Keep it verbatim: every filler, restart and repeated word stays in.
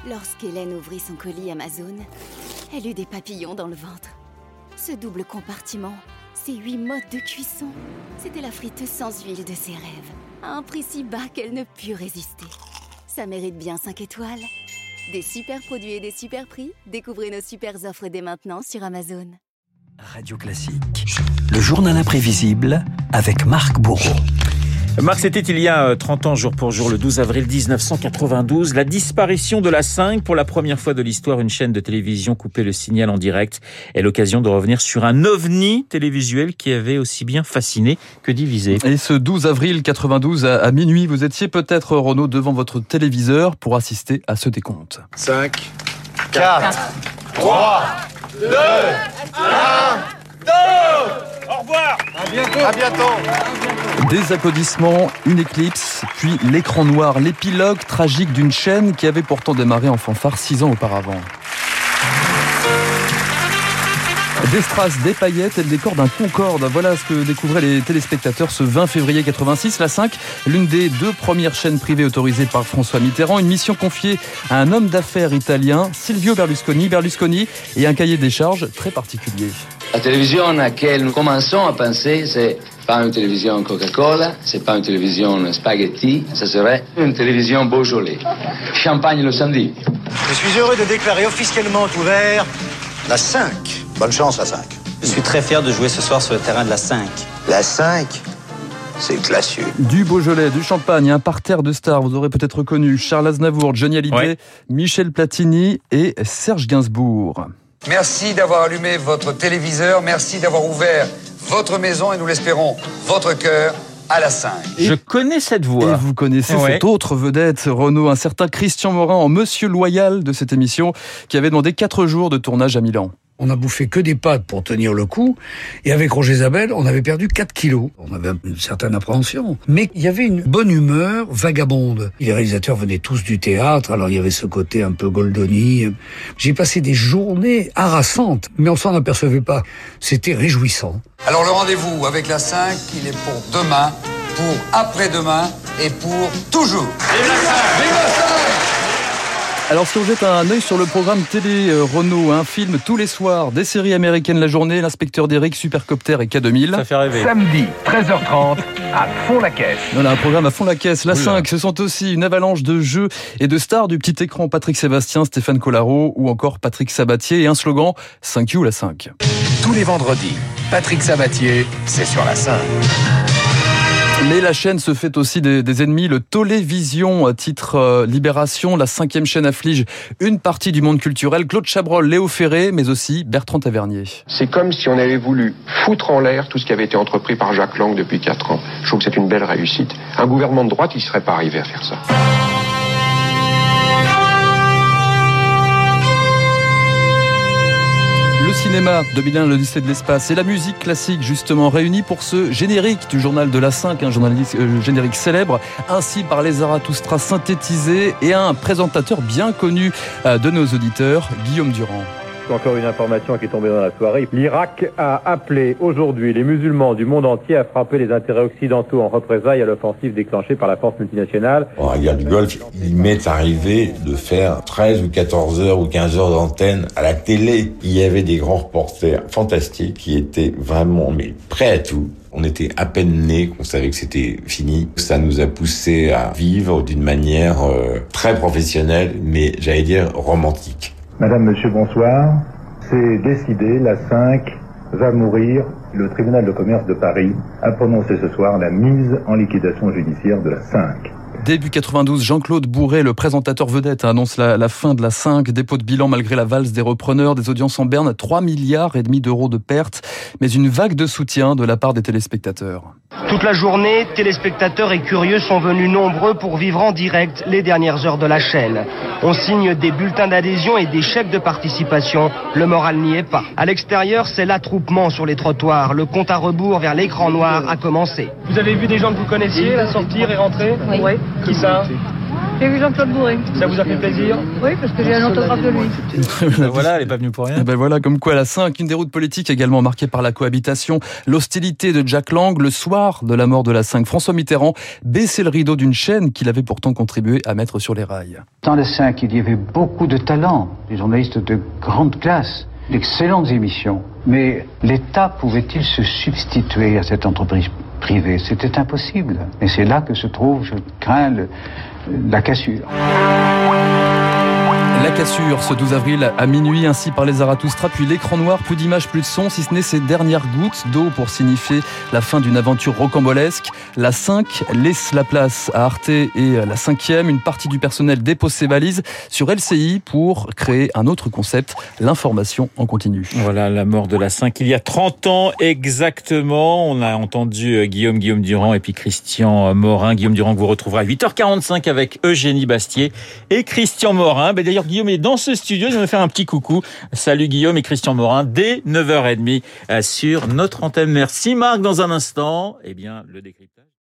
Lorsqu'Hélène ouvrit son colis Amazon, elle eut des papillons dans le ventre. Ce double compartiment, ces huit modes de cuisson, c'était la friteuse sans huile de ses rêves, à un prix si bas qu'elle ne put résister. Ça mérite bien cinq étoiles. Des super produits et des super prix, découvrez nos super offres dès maintenant sur Amazon. Radio Classique, le journal imprévisible avec Marc Bourreau. Marc, c'était il y a trente ans, jour pour jour, le douze avril dix-neuf cent quatre-vingt-douze, la disparition de la cinq. Pour la première fois de l'histoire, une chaîne de télévision coupait le signal en direct. Et l'occasion de revenir sur un ovni télévisuel qui avait aussi bien fasciné que divisé. Et ce douze avril quatre-vingt-douze, à, à minuit, vous étiez peut-être, Renaud, devant votre téléviseur pour assister à ce décompte. cinq, quatre, trois, deux, un, deux. Au revoir. À bientôt. À bientôt. Des applaudissements, une éclipse, puis l'écran noir, l'épilogue tragique d'une chaîne qui avait pourtant démarré en fanfare six ans auparavant. Des strass, des paillettes et le décor d'un Concorde. Voilà ce que découvraient les téléspectateurs ce vingt février quatre-vingt-six. La cinq, l'une des deux premières chaînes privées autorisées par François Mitterrand. Une mission confiée à un homme d'affaires italien, Silvio Berlusconi. Berlusconi et un cahier des charges très particulier. La télévision à laquelle nous commençons à penser, c'est pas une télévision Coca-Cola, c'est pas une télévision spaghetti, ça serait une télévision Beaujolais. Champagne le samedi. Je suis heureux de déclarer officiellement ouvert la cinq. Bonne chance, la cinq. Je suis très fier de jouer ce soir sur le terrain de la cinq. La cinq, c'est classieux. Du Beaujolais, du champagne, un parterre de stars. Vous aurez peut-être reconnu Charles Aznavour, Johnny Hallyday, ouais. Michel Platini et Serge Gainsbourg. Merci d'avoir allumé votre téléviseur, merci d'avoir ouvert votre maison et nous l'espérons, votre cœur à la cinq. Et je connais cette voix. Et vous connaissez ouais. cette autre vedette, Renaud, un certain Christian Morin en Monsieur Loyal de cette émission qui avait demandé quatre jours de tournage à Milan. On a bouffé que des pâtes pour tenir le coup. Et avec Roger Zabel, on avait perdu quatre kilos. On avait une certaine appréhension. Mais il y avait une bonne humeur vagabonde. Les réalisateurs venaient tous du théâtre. Alors il y avait ce côté un peu Goldoni. J'ai passé des journées harassantes. Mais on s'en apercevait pas. C'était réjouissant. Alors le rendez-vous avec la cinq, il est pour demain, pour après-demain et pour toujours. Vive la cinq! Vive la cinq! Alors si on jette un œil sur le programme télé euh, Renaud, un film tous les soirs, des séries américaines la journée, l'inspecteur d'Eric, Supercopter et K deux mille. Ça fait rêver. Samedi, treize heures trente, à fond la caisse. Voilà, un programme à fond la caisse. La cinq, ce sont aussi une avalanche de jeux et de stars du petit écran. Patrick Sébastien, Stéphane Collaro ou encore Patrick Sabatier et un slogan, thank you la cinq. Tous les vendredis, Patrick Sabatier, c'est sur la cinq. Mais la chaîne se fait aussi des, des ennemis. Le Tolévision, titre euh, Libération, la cinquième chaîne afflige une partie du monde culturel. Claude Chabrol, Léo Ferré, mais aussi Bertrand Tavernier. C'est comme si on avait voulu foutre en l'air tout ce qui avait été entrepris par Jacques Lang depuis quatre ans. Je trouve que c'est une belle réussite. Un gouvernement de droite, il ne serait pas arrivé à faire ça. Le cinéma, deux mille un, l'Odyssée de l'espace et la musique classique justement réunis pour ce générique du journal de la cinq, un journaliste, euh, générique célèbre, ainsi par les Zarathustra synthétisés et un présentateur bien connu euh, de nos auditeurs, Guillaume Durand. Encore une information qui est tombée dans la soirée. L'Irak a appelé aujourd'hui les musulmans du monde entier à frapper les intérêts occidentaux en représailles à l'offensive déclenchée par la force multinationale. En guerre du Golfe, il m'est arrivé de faire treize ou quatorze heures ou quinze heures d'antenne à la télé. Il y avait des grands reporters fantastiques qui étaient vraiment mais prêts à tout. On était à peine nés, qu'on savait que c'était fini. Ça nous a poussé à vivre d'une manière euh, très professionnelle, mais j'allais dire romantique. Madame, Monsieur, bonsoir. C'est décidé, la cinq va mourir. Le tribunal de commerce de Paris a prononcé ce soir la mise en liquidation judiciaire de la cinq. Début quatre-vingt-douze, Jean-Claude Bourret, le présentateur vedette, annonce la, la fin de la cinq. Dépôt de bilan malgré la valse des repreneurs, des audiences en berne, trois milliards et demi d'euros de pertes, mais une vague de soutien de la part des téléspectateurs. Toute la journée, téléspectateurs et curieux sont venus nombreux pour vivre en direct les dernières heures de la chaîne. On signe des bulletins d'adhésion et des chèques de participation. Le moral n'y est pas. À l'extérieur, c'est l'attroupement sur les trottoirs. Le compte à rebours vers l'écran noir a commencé. Vous avez vu des gens que vous connaissiez là, sortir et rentrer? Oui. Ouais. Qui ça? J'ai vu Jean-Claude Bourré. Ça vous a fait plaisir? Oui, parce que j'ai un autographe de lui. Ben voilà, elle n'est pas venue pour rien. Ben voilà, comme quoi la cinq, une déroute politique également marquée par la cohabitation, l'hostilité de Jack Lang. Le soir de la mort de la cinq, François Mitterrand baissait le rideau d'une chaîne qu'il avait pourtant contribué à mettre sur les rails. Dans la cinq, il y avait beaucoup de talents, des journalistes de grande classe, d'excellentes émissions. Mais l'État pouvait-il se substituer à cette entreprise privée? C'était impossible. Et c'est là que se trouve, je crains, le, la cassure. La cassure, ce douze avril à minuit, ainsi par les Zarathustra, puis l'écran noir, plus d'images, plus de son, si ce n'est ces dernières gouttes d'eau pour signifier la fin d'une aventure rocambolesque. La cinq laisse la place à Arte et la cinquième. Une partie du personnel dépose ses valises sur L C I pour créer un autre concept, l'information en continu. Voilà, la mort de la cinq il y a trente ans exactement. On a entendu Guillaume, Guillaume Durand et puis Christian Morin. Guillaume Durand que vous retrouverez à huit heures quarante-cinq avec Eugénie Bastier et Christian Morin. Ben d'ailleurs, Guillaume est dans ce studio, il va me faire un petit coucou. Salut Guillaume et Christian Morin dès neuf heures trente sur notre antenne. Merci Marc. Dans un instant, eh bien, le décryptage.